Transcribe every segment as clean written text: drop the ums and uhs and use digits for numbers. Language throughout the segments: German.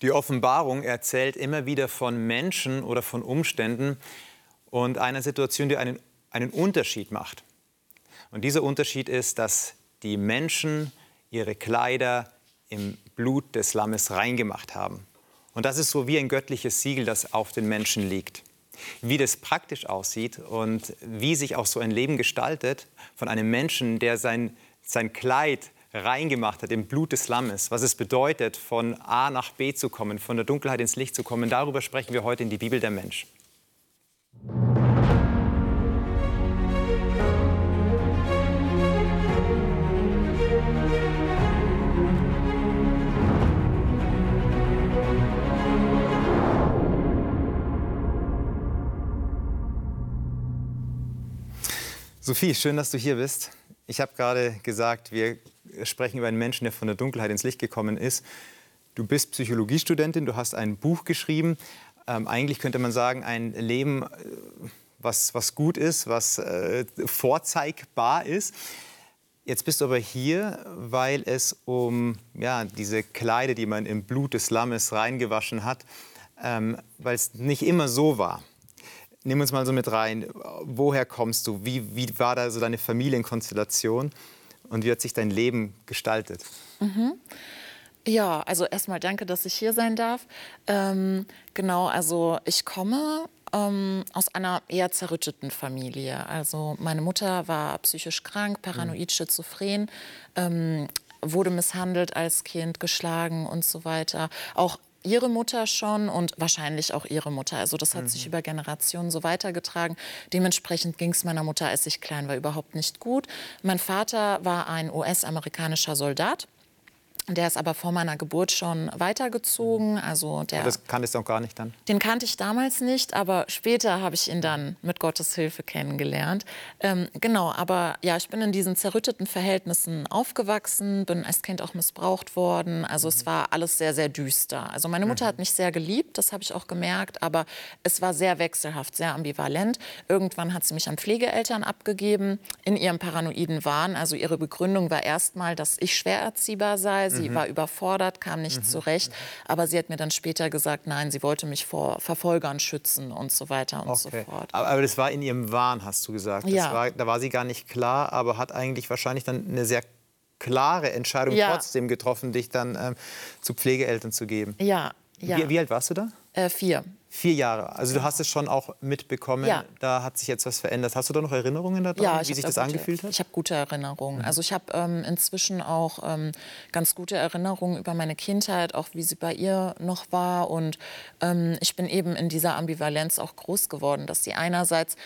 Die Offenbarung erzählt immer wieder von Menschen oder von Umständen und einer Situation, die einen Unterschied macht. Und dieser Unterschied ist, dass die Menschen ihre Kleider im Blut des Lammes reingemacht haben. Und das ist so wie ein göttliches Siegel, das auf den Menschen liegt. Wie das praktisch aussieht und wie sich auch so ein Leben gestaltet von einem Menschen, der sein Kleid reingemacht hat im Blut des Lammes, was es bedeutet, von A nach B zu kommen, von der Dunkelheit ins Licht zu kommen, darüber sprechen wir heute in die Bibel der Mensch. Sophie, schön, dass du hier bist. Ich habe gerade gesagt, wir sprechen über einen Menschen, der von der Dunkelheit ins Licht gekommen ist. Du bist Psychologiestudentin, du hast ein Buch geschrieben. Eigentlich könnte man sagen, ein Leben, was gut ist, was vorzeigbar ist. Jetzt bist du aber hier, weil es um diese Kleider, die man im Blut des Lammes reingewaschen hat, weil es nicht immer so war. Nimm uns mal so mit rein. Woher kommst du? Wie war da so deine Familienkonstellation? Und wie hat sich dein Leben gestaltet? Ja, also erstmal danke, dass ich hier sein darf. Genau, also ich komme aus einer eher zerrütteten Familie. Also meine Mutter war psychisch krank, paranoid, schizophren, wurde misshandelt als Kind, geschlagen und so weiter. Auch ihre Mutter schon und wahrscheinlich auch ihre Mutter. Also das hat sich über Generationen so weitergetragen. Dementsprechend ging es meiner Mutter, als ich klein war, überhaupt nicht gut. Mein Vater war ein US-amerikanischer Soldat. Der ist aber vor meiner Geburt schon weitergezogen. Also das kanntest du auch gar nicht dann? Den kannte ich damals nicht, aber später habe ich ihn dann mit Gottes Hilfe kennengelernt. Genau, aber ja, ich bin in diesen zerrütteten Verhältnissen aufgewachsen, bin als Kind auch missbraucht worden. Also es war alles sehr, sehr düster. Also meine Mutter hat mich sehr geliebt, das habe ich auch gemerkt, aber es war sehr wechselhaft, sehr ambivalent. Irgendwann hat sie mich an Pflegeeltern abgegeben in ihrem paranoiden Wahn. Also ihre Begründung war erstmal, dass ich schwer erziehbar sei. Sie war überfordert, kam nicht zurecht. Aber sie hat mir dann später gesagt, nein, sie wollte mich vor Verfolgern schützen und so weiter und so fort. Aber das war in ihrem Wahn, hast du gesagt. Ja. Da war sie gar nicht klar, aber hat eigentlich wahrscheinlich dann eine sehr klare Entscheidung trotzdem getroffen, dich dann zu Pflegeeltern zu geben. Ja. Wie alt warst du da? 4. 4 Jahre. Also du hast es schon auch mitbekommen, da hat sich jetzt was verändert. Hast du da noch Erinnerungen daran, wie sich das angefühlt hat? Ich habe gute Erinnerungen. Also ich habe inzwischen auch ganz gute Erinnerungen über meine Kindheit, auch wie sie bei ihr noch war. Und ich bin eben in dieser Ambivalenz auch groß geworden, dass sie einerseits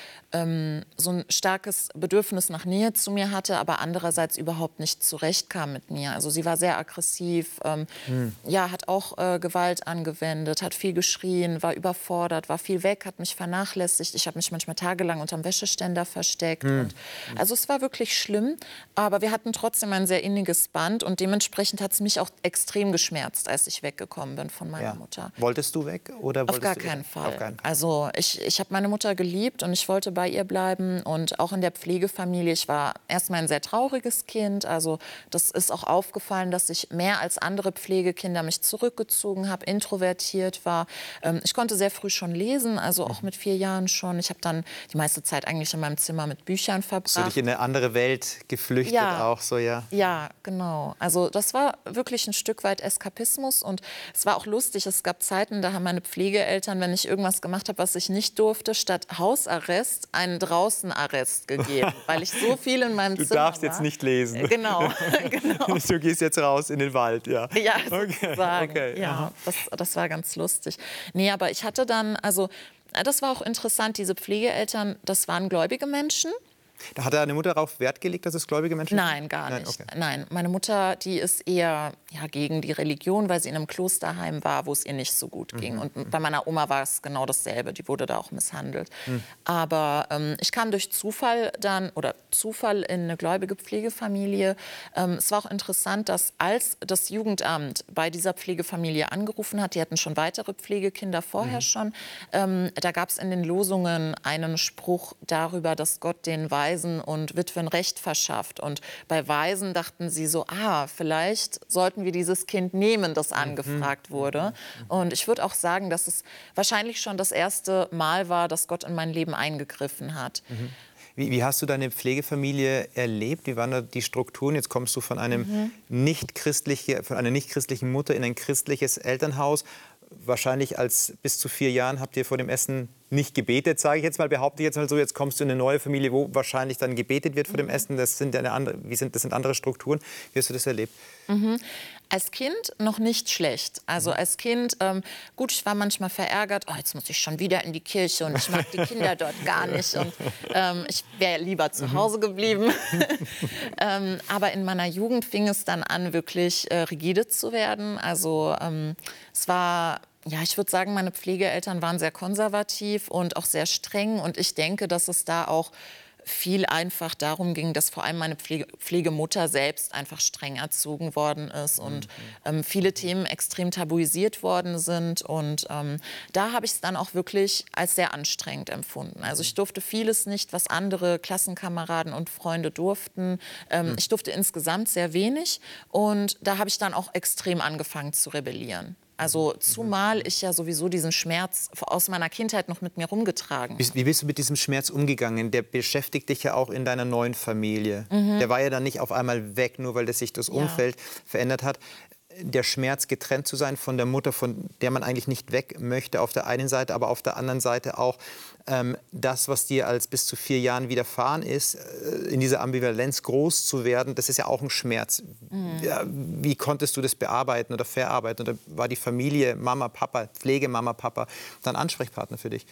so ein starkes Bedürfnis nach Nähe zu mir hatte, aber andererseits überhaupt nicht zurechtkam mit mir. Also sie war sehr aggressiv, hat auch Gewalt angewendet, hat viel geschrien, war überfordert, war viel weg, hat mich vernachlässigt. Ich habe mich manchmal tagelang unterm Wäscheständer versteckt. Und, also es war wirklich schlimm, aber wir hatten trotzdem ein sehr inniges Band und dementsprechend hat es mich auch extrem geschmerzt, als ich weggekommen bin von meiner Mutter. Wolltest du weg? Oder Auf gar keinen Fall. Also ich habe meine Mutter geliebt und ich wollte bei ihr bleiben und auch in der Pflegefamilie. Ich war erstmal ein sehr trauriges Kind. Also das ist auch aufgefallen, dass ich mehr als andere Pflegekinder mich zurückgezogen habe, introvertiert war. Ich konnte sehr früh schon lesen, also auch mit 4 Jahren schon. Ich habe dann die meiste Zeit eigentlich in meinem Zimmer mit Büchern verbracht. So dich in eine andere Welt geflüchtet auch so, ja? Ja, genau. Also das war wirklich ein Stück weit Eskapismus und es war auch lustig. Es gab Zeiten, da haben meine Pflegeeltern, wenn ich irgendwas gemacht habe, was ich nicht durfte, statt Hausarrest einen Draußenarrest gegeben, weil ich so viel in meinem Zimmer war. Du darfst jetzt nicht lesen. Genau. Du gehst jetzt raus in den Wald, ja. Ja, sozusagen. Okay. Ja, das war ganz lustig. Nee, aber ich hatte dann, also das war auch interessant, diese Pflegeeltern, das waren gläubige Menschen. Da hat deine Mutter darauf Wert gelegt, dass es gläubige Menschen sind? Nein, gar nicht. Nein, meine Mutter, die ist eher gegen die Religion, weil sie in einem Klosterheim war, wo es ihr nicht so gut ging. Und bei meiner Oma war es genau dasselbe, die wurde da auch misshandelt. Aber ich kam durch Zufall in eine gläubige Pflegefamilie. Es war auch interessant, dass als das Jugendamt bei dieser Pflegefamilie angerufen hat, die hatten schon weitere Pflegekinder vorher schon, da gab es in den Losungen einen Spruch darüber, dass Gott den Waisen und Witwen Recht verschafft. Und bei Waisen dachten sie so, vielleicht sollten sollten wir dieses Kind nehmen, das angefragt wurde. Und ich würde auch sagen, dass es wahrscheinlich schon das erste Mal war, dass Gott in mein Leben eingegriffen hat. Wie hast du deine Pflegefamilie erlebt? Wie waren da die Strukturen? Jetzt kommst du von einer nichtchristlichen Mutter in ein christliches Elternhaus. Wahrscheinlich bis zu 4 Jahren habt ihr vor dem Essen nicht gebetet, sage ich jetzt mal, behaupte ich jetzt mal so. Jetzt kommst du in eine neue Familie, wo wahrscheinlich dann gebetet wird vor dem Essen. Das sind andere Strukturen. Wie hast du das erlebt? Als Kind noch nicht schlecht. Also als Kind, gut, ich war manchmal verärgert, oh, jetzt muss ich schon wieder in die Kirche und ich mag die Kinder dort gar nicht und ich wäre lieber zu Hause geblieben. Aber in meiner Jugend fing es dann an, wirklich rigide zu werden. Also es war... Ja, ich würde sagen, meine Pflegeeltern waren sehr konservativ und auch sehr streng. Und ich denke, dass es da auch viel einfach darum ging, dass vor allem meine Pflegemutter selbst einfach streng erzogen worden ist und viele Themen extrem tabuisiert worden sind. Und da habe ich es dann auch wirklich als sehr anstrengend empfunden. Also ich durfte vieles nicht, was andere Klassenkameraden und Freunde durften. Ich durfte insgesamt sehr wenig. Und da habe ich dann auch extrem angefangen zu rebellieren. Also zumal ich ja sowieso diesen Schmerz aus meiner Kindheit noch mit mir rumgetragen habe. Wie bist du mit diesem Schmerz umgegangen? Der beschäftigt dich ja auch in deiner neuen Familie. Der war ja dann nicht auf einmal weg, nur weil sich das Umfeld verändert hat. Der Schmerz, getrennt zu sein von der Mutter, von der man eigentlich nicht weg möchte, auf der einen Seite, aber auf der anderen Seite auch das, was dir als bis zu 4 Jahren widerfahren ist, in dieser Ambivalenz groß zu werden, das ist ja auch ein Schmerz. Ja, wie konntest du das bearbeiten oder verarbeiten? Oder war die Familie, Mama, Papa, Pflegemama, Papa, dann Ansprechpartner für dich?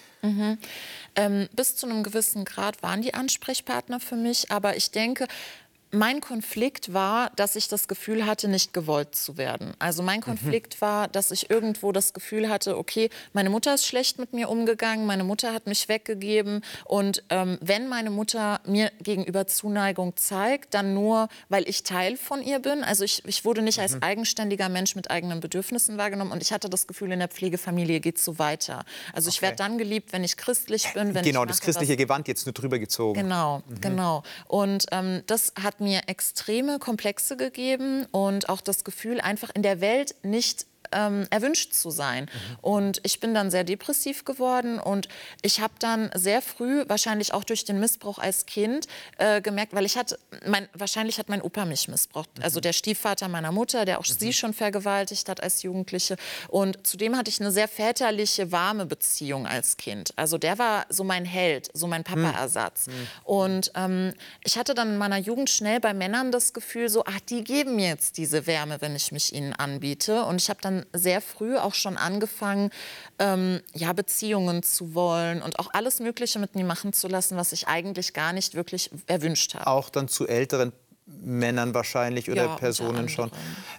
Bis zu einem gewissen Grad waren die Ansprechpartner für mich, aber ich denke, mein Konflikt war, dass ich das Gefühl hatte, nicht gewollt zu werden. Also mein Konflikt war, dass ich irgendwo das Gefühl hatte, okay, meine Mutter ist schlecht mit mir umgegangen, meine Mutter hat mich weggegeben. Und wenn meine Mutter mir gegenüber Zuneigung zeigt, dann nur, weil ich Teil von ihr bin. Also ich wurde nicht als eigenständiger Mensch mit eigenen Bedürfnissen wahrgenommen. Und ich hatte das Gefühl, in der Pflegefamilie geht es so weiter. Also ich werde dann geliebt, wenn ich christlich bin. Wenn genau, ich das christliche Gewand jetzt nur drüber gezogen. Genau, genau. Und das hat mir extreme Komplexe gegeben und auch das Gefühl, einfach in der Welt nicht erwünscht zu sein. Und ich bin dann sehr depressiv geworden und ich habe dann sehr früh, wahrscheinlich auch durch den Missbrauch als Kind, gemerkt, weil wahrscheinlich hat mein Opa mich missbraucht. Also der Stiefvater meiner Mutter, der auch sie schon vergewaltigt hat als Jugendliche. Und zudem hatte ich eine sehr väterliche, warme Beziehung als Kind. Also der war so mein Held, so mein Papa-Ersatz. Und ich hatte dann in meiner Jugend schnell bei Männern das Gefühl, so, ach, die geben mir jetzt diese Wärme, wenn ich mich ihnen anbiete. Und ich habe dann sehr früh auch schon angefangen, Beziehungen zu wollen und auch alles Mögliche mit mir machen zu lassen, was ich eigentlich gar nicht wirklich erwünscht habe. Auch dann zu älteren Männern wahrscheinlich oder Personen schon.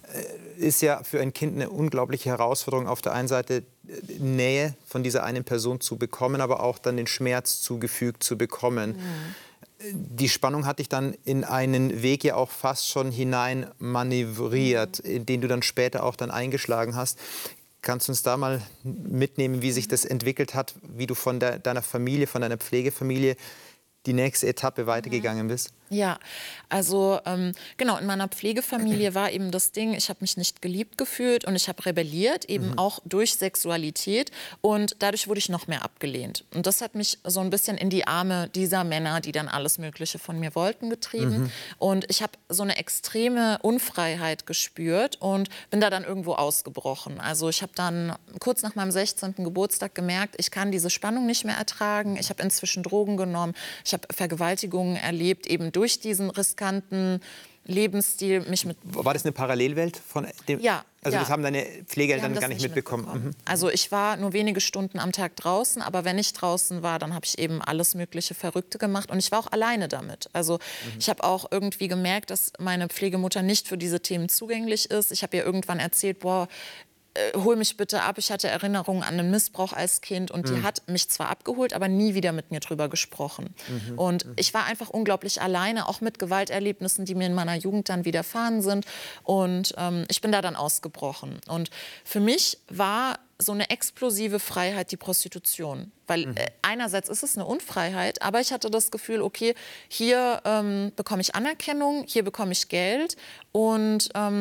Ist ja für ein Kind eine unglaubliche Herausforderung, auf der einen Seite Nähe von dieser einen Person zu bekommen, aber auch dann den Schmerz zugefügt zu bekommen. Die Spannung hat dich dann in einen Weg ja auch fast schon hinein manövriert, in den du dann später auch dann eingeschlagen hast. Kannst du uns da mal mitnehmen, wie sich das entwickelt hat, wie du von deiner Familie, von deiner Pflegefamilie die nächste Etappe weitergegangen bist? Ja, also genau, in meiner Pflegefamilie war eben das Ding, ich habe mich nicht geliebt gefühlt und ich habe rebelliert, eben auch durch Sexualität und dadurch wurde ich noch mehr abgelehnt. Und das hat mich so ein bisschen in die Arme dieser Männer, die dann alles Mögliche von mir wollten, getrieben. Und ich habe so eine extreme Unfreiheit gespürt und bin da dann irgendwo ausgebrochen. Also ich habe dann kurz nach meinem 16. Geburtstag gemerkt, ich kann diese Spannung nicht mehr ertragen. Ich habe inzwischen Drogen genommen, ich habe Vergewaltigungen erlebt, eben durch diesen riskanten Lebensstil. War das eine Parallelwelt von dem? Ja. Also das haben deine Pflegeeltern das gar nicht mitbekommen? Also ich war nur wenige Stunden am Tag draußen, aber wenn ich draußen war, dann habe ich eben alles mögliche Verrückte gemacht und ich war auch alleine damit. Also ich habe auch irgendwie gemerkt, dass meine Pflegemutter nicht für diese Themen zugänglich ist. Ich habe ihr irgendwann erzählt, boah, hol mich bitte ab. Ich hatte Erinnerungen an einen Missbrauch als Kind und die hat mich zwar abgeholt, aber nie wieder mit mir drüber gesprochen. Und ich war einfach unglaublich alleine, auch mit Gewalterlebnissen, die mir in meiner Jugend dann widerfahren sind. Und ich bin da dann ausgebrochen. Und für mich war so eine explosive Freiheit die Prostitution. Weil einerseits ist es eine Unfreiheit, aber ich hatte das Gefühl, okay, hier bekomme ich Anerkennung, hier bekomme ich Geld und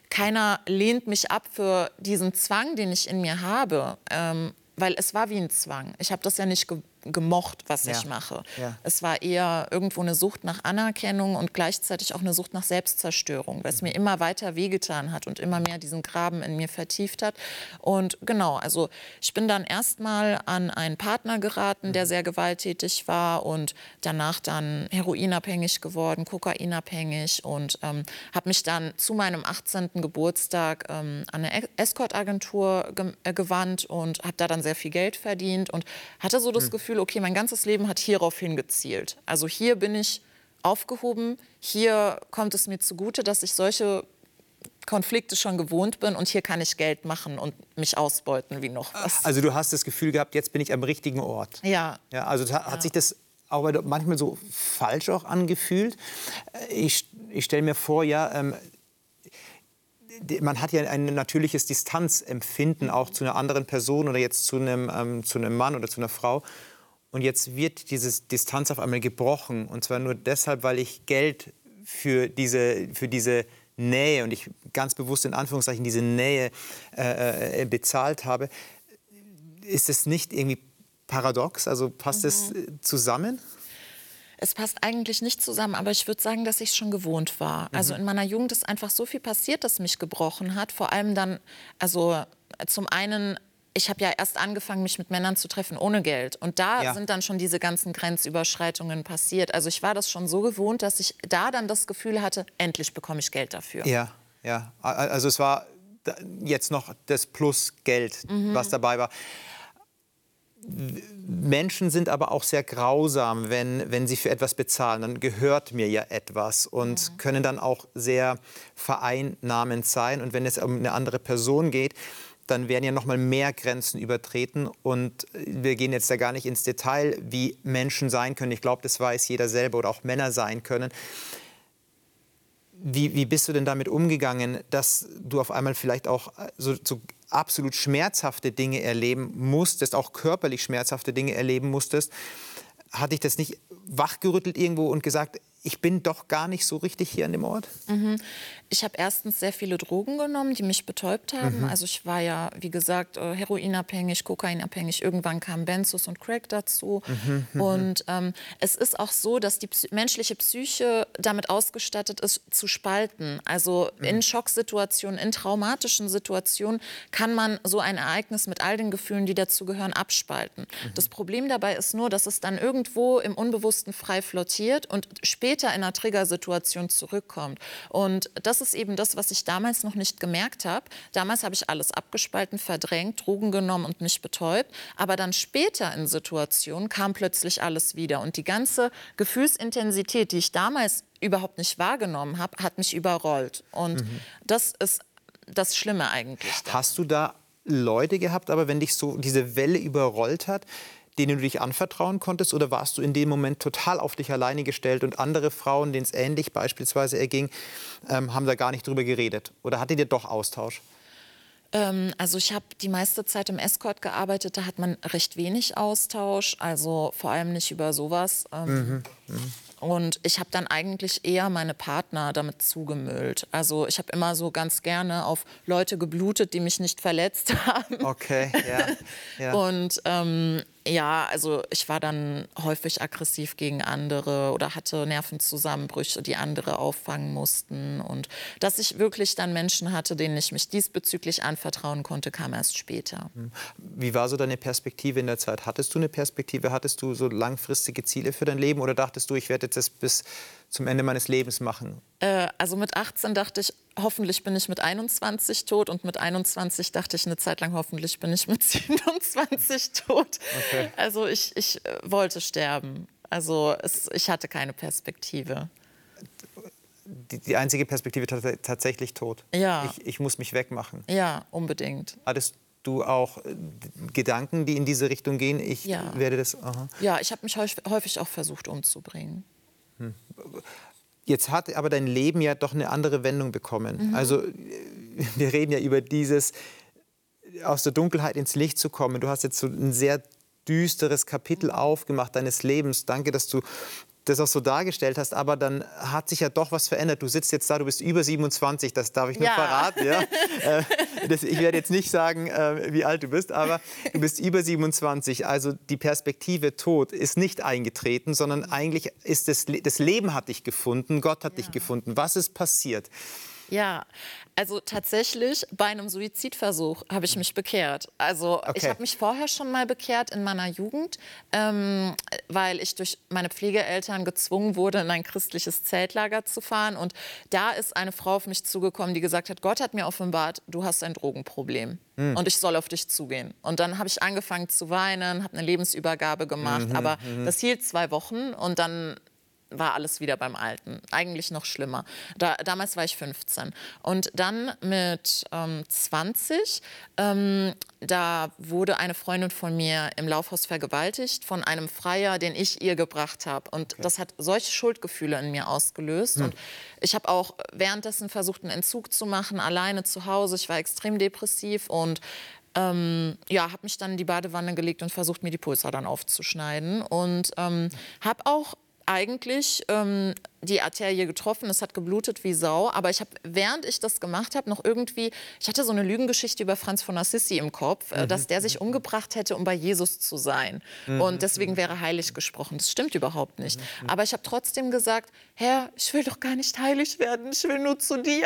keiner lehnt mich ab für diesen Zwang, den ich in mir habe, weil es war wie ein Zwang. Ich habe das ja nicht gemocht, was ich mache. Ja. Es war eher irgendwo eine Sucht nach Anerkennung und gleichzeitig auch eine Sucht nach Selbstzerstörung, weil es mir immer weiter wehgetan hat und immer mehr diesen Graben in mir vertieft hat. Und genau, also ich bin dann erstmal an einen Partner geraten, der sehr gewalttätig war und danach dann heroinabhängig geworden, kokainabhängig und habe mich dann zu meinem 18. Geburtstag an eine Escort-Agentur gewandt und habe da dann sehr viel Geld verdient und hatte so das Gefühl, okay, mein ganzes Leben hat hierauf hingezielt. Also hier bin ich aufgehoben, hier kommt es mir zugute, dass ich solche Konflikte schon gewohnt bin und hier kann ich Geld machen und mich ausbeuten wie noch was. Also du hast das Gefühl gehabt, jetzt bin ich am richtigen Ort. Ja. Ja, also hat sich das auch manchmal so falsch auch angefühlt? Ich stelle mir vor, man hat ja ein natürliches Distanzempfinden auch zu einer anderen Person oder jetzt zu einem Mann oder zu einer Frau. Und jetzt wird diese Distanz auf einmal gebrochen. Und zwar nur deshalb, weil ich Geld für diese Nähe, und ich ganz bewusst in Anführungszeichen diese Nähe bezahlt habe. Ist es nicht irgendwie paradox? Also passt es zusammen? Es passt eigentlich nicht zusammen, aber ich würde sagen, dass ich es schon gewohnt war. Also in meiner Jugend ist einfach so viel passiert, das mich gebrochen hat. Vor allem dann, also zum einen, ich habe ja erst angefangen, mich mit Männern zu treffen ohne Geld. Und da sind dann schon diese ganzen Grenzüberschreitungen passiert. Also ich war das schon so gewohnt, dass ich da dann das Gefühl hatte, endlich bekomme ich Geld dafür. Ja, ja. Also es war jetzt noch das Plus Geld, was dabei war. Menschen sind aber auch sehr grausam, wenn sie für etwas bezahlen. Dann gehört mir ja etwas und können dann auch sehr vereinnahmend sein. Und wenn es um eine andere Person geht, dann werden ja noch mal mehr Grenzen übertreten. Und wir gehen jetzt ja gar nicht ins Detail, wie Menschen sein können. Ich glaube, das weiß jeder selber oder auch Männer sein können. Wie bist du denn damit umgegangen, dass du auf einmal vielleicht auch so absolut schmerzhafte Dinge erleben musstest, auch körperlich schmerzhafte Dinge erleben musstest? Hat dich das nicht wachgerüttelt irgendwo und gesagt, ich bin doch gar nicht so richtig hier an dem Ort? Ich habe erstens sehr viele Drogen genommen, die mich betäubt haben. Also ich war ja, wie gesagt, heroinabhängig, kokainabhängig. Irgendwann kamen Benzos und Crack dazu. Und es ist auch so, dass die menschliche Psyche damit ausgestattet ist, zu spalten. Also in Schocksituationen, in traumatischen Situationen kann man so ein Ereignis mit all den Gefühlen, die dazugehören, abspalten. Das Problem dabei ist nur, dass es dann irgendwo im Unbewussten frei flottiert und später in einer Triggersituation zurückkommt. Und das ist eben das, was ich damals noch nicht gemerkt habe. Damals habe ich alles abgespalten, verdrängt, Drogen genommen und mich betäubt. Aber dann später in Situationen kam plötzlich alles wieder. Und die ganze Gefühlsintensität, die ich damals überhaupt nicht wahrgenommen habe, hat mich überrollt. Und das ist das Schlimme eigentlich. Hast du da Leute gehabt, aber wenn dich so diese Welle überrollt hat, denen du dich anvertrauen konntest, oder warst du in dem Moment total auf dich alleine gestellt und andere Frauen, denen es ähnlich beispielsweise erging, haben da gar nicht drüber geredet? Oder hattet ihr doch Austausch? Also ich habe die meiste Zeit im Escort gearbeitet, da hat man recht wenig Austausch, also vor allem nicht über sowas. Und ich habe dann eigentlich eher meine Partner damit zugemüllt. Also ich habe immer so ganz gerne auf Leute geblutet, die mich nicht verletzt haben. Okay, ja. Und ja, also ich war dann häufig aggressiv gegen andere oder hatte Nervenzusammenbrüche, die andere auffangen mussten. Und dass ich wirklich dann Menschen hatte, denen ich mich diesbezüglich anvertrauen konnte, kam erst später. Wie war so deine Perspektive in der Zeit? Hattest du eine Perspektive? Hattest du so langfristige Ziele für dein Leben? Oder dachtest du, ich werde jetzt das bis zum Ende meines Lebens machen? Also mit 18 dachte ich, hoffentlich bin ich mit 21 tot. Und mit 21 dachte ich eine Zeit lang, hoffentlich bin ich mit 27 tot. Okay. Also ich wollte sterben. Also ich hatte keine Perspektive. Die einzige Perspektive tatsächlich tot? Ja. Ich muss mich wegmachen? Ja, unbedingt. Hattest du auch Gedanken, die in diese Richtung gehen? Ich werde das... Aha. Ja, ich habe mich häufig auch versucht umzubringen. Jetzt hat aber dein Leben ja doch eine andere Wendung bekommen. Also wir reden ja über dieses, aus der Dunkelheit ins Licht zu kommen. Du hast jetzt so ein sehr düsteres Kapitel aufgemacht deines Lebens. Danke, dass du das auch so dargestellt hast, aber dann hat sich ja doch was verändert. Du sitzt jetzt da, du bist über 27, das darf ich nur verraten. Ja? Ich werde jetzt nicht sagen, wie alt du bist, aber du bist über 27. Also die Perspektive Tod ist nicht eingetreten, sondern eigentlich ist das Leben hat dich gefunden, Gott hat dich gefunden. Was ist passiert? Ja, also tatsächlich bei einem Suizidversuch habe ich mich bekehrt. Also ich habe mich vorher schon mal bekehrt in meiner Jugend, weil ich durch meine Pflegeeltern gezwungen wurde, in ein christliches Zeltlager zu fahren. Und da ist eine Frau auf mich zugekommen, die gesagt hat, Gott hat mir offenbart, du hast ein Drogenproblem und ich soll auf dich zugehen. Und dann habe ich angefangen zu weinen, habe eine Lebensübergabe gemacht. Aber das hielt 2 Wochen und dann war alles wieder beim Alten. Eigentlich noch schlimmer. Damals war ich 15. Und dann mit 20, da wurde eine Freundin von mir im Laufhaus vergewaltigt von einem Freier, den ich ihr gebracht habe. Und das hat solche Schuldgefühle in mir ausgelöst. Und ich habe auch währenddessen versucht, einen Entzug zu machen, alleine zu Hause. Ich war extrem depressiv und habe mich dann in die Badewanne gelegt und versucht, mir die Pulsadern aufzuschneiden. Und habe auch eigentlich die Arterie getroffen, es hat geblutet wie Sau, aber ich habe, während ich das gemacht habe, noch irgendwie, ich hatte so eine Lügengeschichte über Franz von Assisi im Kopf, dass der sich umgebracht hätte, um bei Jesus zu sein und deswegen wäre heilig gesprochen. Das stimmt überhaupt nicht. Aber ich habe trotzdem gesagt, Herr, ich will doch gar nicht heilig werden, ich will nur zu dir.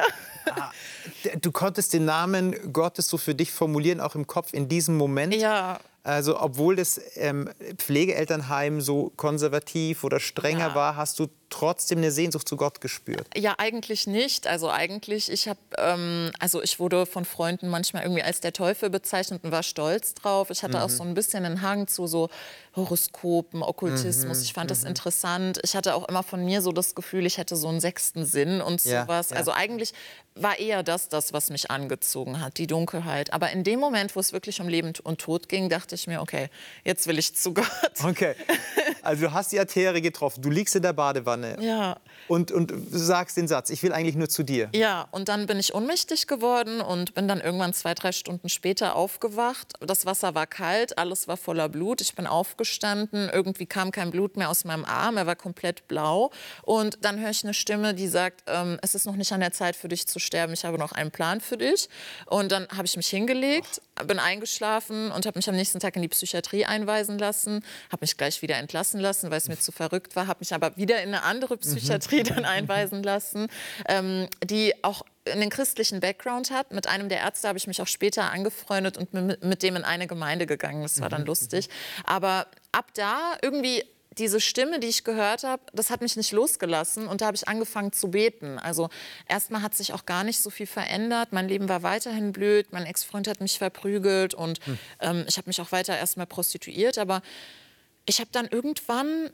Du konntest den Namen Gottes so für dich formulieren, auch im Kopf in diesem Moment? Ja. Also obwohl das Pflegeelternheim so konservativ oder strenger war, hast du trotzdem eine Sehnsucht zu Gott gespürt? Ja, eigentlich nicht. Also eigentlich, ich wurde von Freunden manchmal irgendwie als der Teufel bezeichnet und war stolz drauf. Ich hatte auch so ein bisschen einen Hang zu so Horoskopen, Okkultismus. Ich fand das interessant. Ich hatte auch immer von mir so das Gefühl, ich hätte so einen 6. Sinn und sowas. Ja. Also eigentlich war eher das, was mich angezogen hat, die Dunkelheit. Aber in dem Moment, wo es wirklich um Leben und Tod ging, dachte ich mir, okay, jetzt will ich zu Gott. Okay, also du hast die Arterie getroffen, du liegst in der Badewanne und sagst den Satz, ich will eigentlich nur zu dir. Ja, und dann bin ich ohnmächtig geworden und bin dann irgendwann 2, 3 Stunden später aufgewacht. Das Wasser war kalt, alles war voller Blut. Ich bin aufgestanden, irgendwie kam kein Blut mehr aus meinem Arm, er war komplett blau. Und dann höre ich eine Stimme, die sagt, es ist noch nicht an der Zeit für dich zu sterben, ich habe noch einen Plan für dich. Und dann habe ich mich hingelegt, bin eingeschlafen und habe mich am nächsten Tag in die Psychiatrie einweisen lassen, habe mich gleich wieder entlassen lassen, weil es mir zu verrückt war, habe mich aber wieder in eine andere Psychiatrie dann einweisen lassen, die auch einen christlichen Background hat. Mit einem der Ärzte habe ich mich auch später angefreundet und mit dem in eine Gemeinde gegangen. Das war dann lustig. Aber ab da irgendwie diese Stimme, die ich gehört habe, das hat mich nicht losgelassen und da habe ich angefangen zu beten. Also erstmal hat sich auch gar nicht so viel verändert. Mein Leben war weiterhin blöd, mein Ex-Freund hat mich verprügelt und ich habe mich auch weiter erstmal prostituiert. Aber ich habe dann irgendwann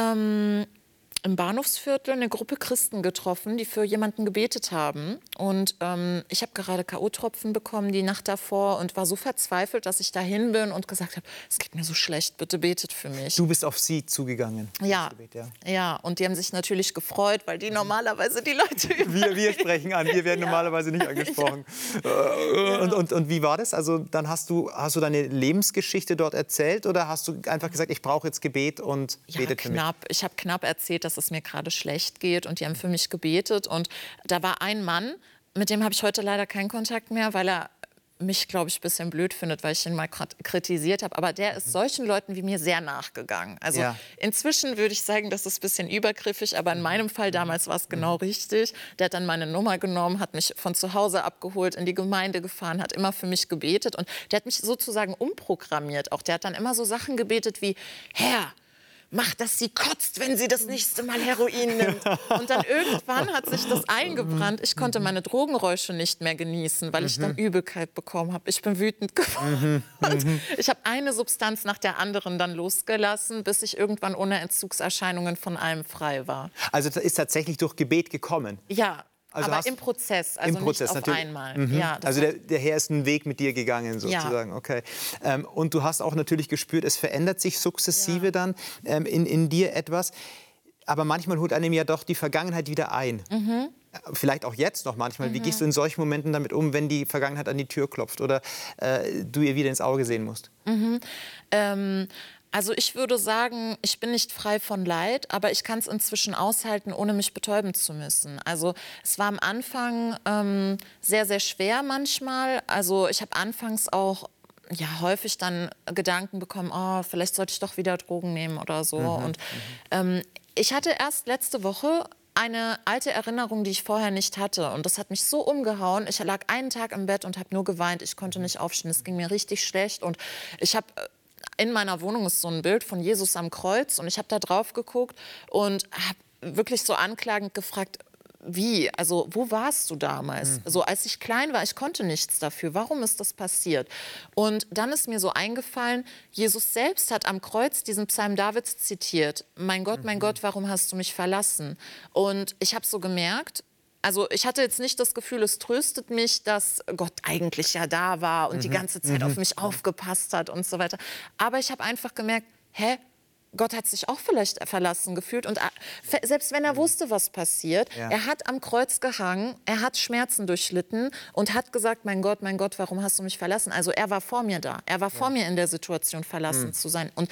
im Bahnhofsviertel eine Gruppe Christen getroffen, die für jemanden gebetet haben. Und ich habe gerade K.O.-Tropfen bekommen die Nacht davor und war so verzweifelt, dass ich dahin bin und gesagt habe, es geht mir so schlecht, bitte betet für mich. Du bist auf sie zugegangen? Ja, und die haben sich natürlich gefreut, weil die normalerweise die Leute wir sprechen an, wir werden normalerweise nicht angesprochen. Ja. Und wie war das? Also dann hast du deine Lebensgeschichte dort erzählt oder hast du einfach gesagt, ich brauche jetzt Gebet und betet für mich? Ich habe knapp erzählt, dass es mir gerade schlecht geht und die haben für mich gebetet. Und da war ein Mann, mit dem habe ich heute leider keinen Kontakt mehr, weil er mich, glaube ich, ein bisschen blöd findet, weil ich ihn mal kritisiert habe. Aber der ist solchen Leuten wie mir sehr nachgegangen. Also inzwischen würde ich sagen, das ist ein bisschen übergriffig, aber in meinem Fall damals war es genau richtig. Der hat dann meine Nummer genommen, hat mich von zu Hause abgeholt, in die Gemeinde gefahren, hat immer für mich gebetet und der hat mich sozusagen umprogrammiert. Auch der hat dann immer so Sachen gebetet wie, Herr, mach, dass sie kotzt, wenn sie das nächste Mal Heroin nimmt. Und dann irgendwann hat sich das eingebrannt. Ich konnte meine Drogenräusche nicht mehr genießen, weil ich dann Übelkeit bekommen habe. Ich bin wütend geworden. Und ich habe eine Substanz nach der anderen dann losgelassen, bis ich irgendwann ohne Entzugserscheinungen von allem frei war. Also das ist tatsächlich durch Gebet gekommen? Ja. Also aber im Prozess, also nicht auf natürlich. Einmal. Ja, also der Herr ist einen Weg mit dir gegangen, sozusagen. Ja. Okay. Und du hast auch natürlich gespürt, es verändert sich sukzessive dann in dir etwas. Aber manchmal holt einem ja doch die Vergangenheit wieder ein. Vielleicht auch jetzt noch manchmal. Wie gehst du in solchen Momenten damit um, wenn die Vergangenheit an die Tür klopft oder du ihr wieder ins Auge sehen musst? Also ich würde sagen, ich bin nicht frei von Leid, aber ich kann es inzwischen aushalten, ohne mich betäuben zu müssen. Also es war am Anfang sehr, sehr schwer manchmal. Also ich habe anfangs auch häufig dann Gedanken bekommen, oh, vielleicht sollte ich doch wieder Drogen nehmen oder so. Und ich hatte erst letzte Woche eine alte Erinnerung, die ich vorher nicht hatte. Und das hat mich so umgehauen. Ich lag einen Tag im Bett und habe nur geweint. Ich konnte nicht aufstehen. Es ging mir richtig schlecht. Und ich habe in meiner Wohnung ist so ein Bild von Jesus am Kreuz. Und ich habe da drauf geguckt und habe wirklich so anklagend gefragt, wie? Also, wo warst du damals? So, als ich klein war, ich konnte nichts dafür. Warum ist das passiert? Und dann ist mir so eingefallen, Jesus selbst hat am Kreuz diesen Psalm Davids zitiert. Mein Gott, warum hast du mich verlassen? Und ich habe so gemerkt, also ich hatte jetzt nicht das Gefühl, es tröstet mich, dass Gott eigentlich ja da war und die ganze Zeit auf mich aufgepasst hat und so weiter. Aber ich habe einfach gemerkt, Gott hat sich auch vielleicht verlassen gefühlt. Und selbst wenn er wusste, was passiert, er hat am Kreuz gehangen, er hat Schmerzen durchlitten und hat gesagt, mein Gott, warum hast du mich verlassen? Also er war vor mir da. Er war vor mir in der Situation, verlassen zu sein. Und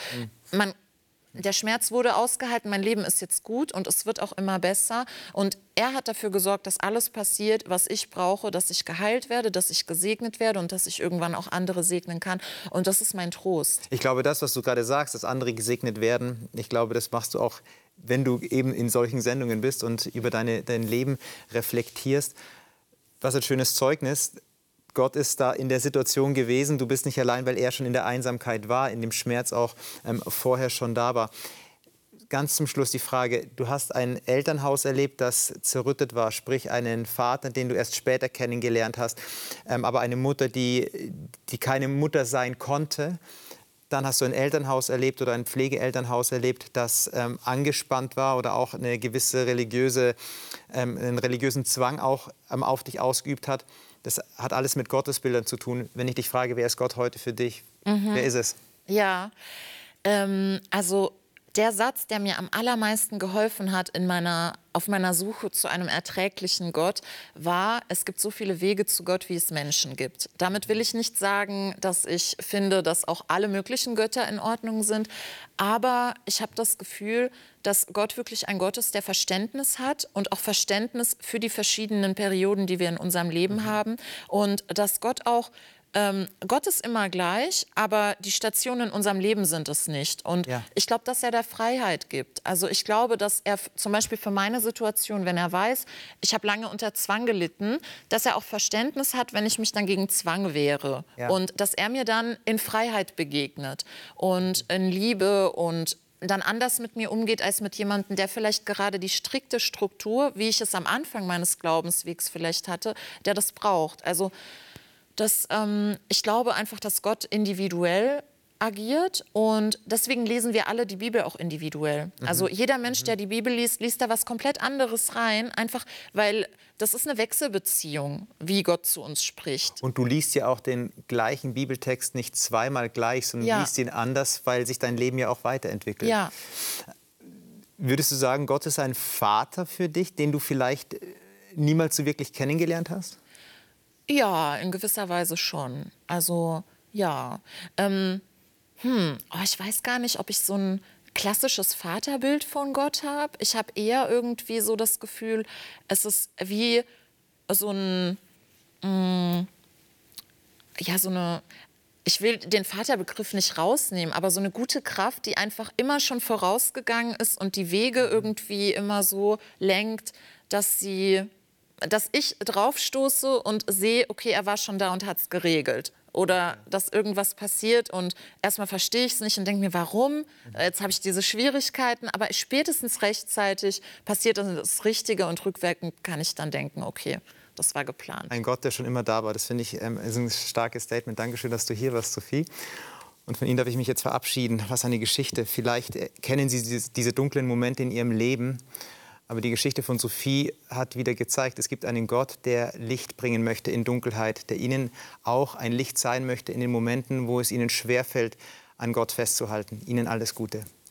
der Schmerz wurde ausgehalten, mein Leben ist jetzt gut und es wird auch immer besser. Und er hat dafür gesorgt, dass alles passiert, was ich brauche, dass ich geheilt werde, dass ich gesegnet werde und dass ich irgendwann auch andere segnen kann. Und das ist mein Trost. Ich glaube, das, was du gerade sagst, dass andere gesegnet werden, ich glaube, das machst du auch, wenn du eben in solchen Sendungen bist und über dein Leben reflektierst. Was ein schönes Zeugnis. Gott ist da in der Situation gewesen. Du bist nicht allein, weil er schon in der Einsamkeit war, in dem Schmerz auch vorher schon da war. Ganz zum Schluss die Frage, du hast ein Elternhaus erlebt, das zerrüttet war, sprich einen Vater, den du erst später kennengelernt hast, aber eine Mutter, die keine Mutter sein konnte. Dann hast du ein Elternhaus erlebt oder ein Pflegeelternhaus erlebt, das angespannt war oder auch eine gewisse einen religiösen Zwang auch auf dich ausgeübt hat. Das hat alles mit Gottesbildern zu tun. Wenn ich dich frage, wer ist Gott heute für dich? Wer ist es? Ja, also der Satz, der mir am allermeisten geholfen hat auf meiner Suche zu einem erträglichen Gott, war, es gibt so viele Wege zu Gott, wie es Menschen gibt. Damit will ich nicht sagen, dass ich finde, dass auch alle möglichen Götter in Ordnung sind. Aber ich habe das Gefühl, dass Gott wirklich ein Gott ist, der Verständnis hat und auch Verständnis für die verschiedenen Perioden, die wir in unserem Leben haben. Und dass Gott auch Gott ist immer gleich, aber die Stationen in unserem Leben sind es nicht. Und ich glaube, dass er da Freiheit gibt. Also ich glaube, dass er zum Beispiel für meine Situation, wenn er weiß, ich habe lange unter Zwang gelitten, dass er auch Verständnis hat, wenn ich mich dann gegen Zwang wehre. Ja. Und dass er mir dann in Freiheit begegnet und in Liebe und dann anders mit mir umgeht als mit jemandem, der vielleicht gerade die strikte Struktur, wie ich es am Anfang meines Glaubenswegs vielleicht hatte, der das braucht. Also ich glaube einfach, dass Gott individuell agiert und deswegen lesen wir alle die Bibel auch individuell. Also jeder Mensch, der die Bibel liest, liest da was komplett anderes rein, einfach weil das ist eine Wechselbeziehung, wie Gott zu uns spricht. Und du liest ja auch den gleichen Bibeltext nicht zweimal gleich, sondern liest ihn anders, weil sich dein Leben ja auch weiterentwickelt. Ja. Würdest du sagen, Gott ist ein Vater für dich, den du vielleicht niemals so wirklich kennengelernt hast? Ja, in gewisser Weise schon. Also, ja. Ich weiß gar nicht, ob ich so ein klassisches Vaterbild von Gott habe. Ich habe eher irgendwie so das Gefühl, es ist wie so ich will den Vaterbegriff nicht rausnehmen, aber so eine gute Kraft, die einfach immer schon vorausgegangen ist und die Wege irgendwie immer so lenkt, dass ich draufstoße und sehe, okay, er war schon da und hat es geregelt. Oder dass irgendwas passiert und erstmal verstehe ich es nicht und denke mir, warum? Jetzt habe ich diese Schwierigkeiten. Aber spätestens rechtzeitig passiert das Richtige und rückwirkend kann ich dann denken, okay, das war geplant. Ein Gott, der schon immer da war, das finde ich ist ein starkes Statement. Dankeschön, dass du hier warst, Sophie. Und von Ihnen darf ich mich jetzt verabschieden. Was eine Geschichte. Vielleicht kennen Sie diese dunklen Momente in Ihrem Leben. Aber die Geschichte von Sophie hat wieder gezeigt, es gibt einen Gott, der Licht bringen möchte in Dunkelheit, der Ihnen auch ein Licht sein möchte in den Momenten, wo es Ihnen schwerfällt, an Gott festzuhalten. Ihnen alles Gute.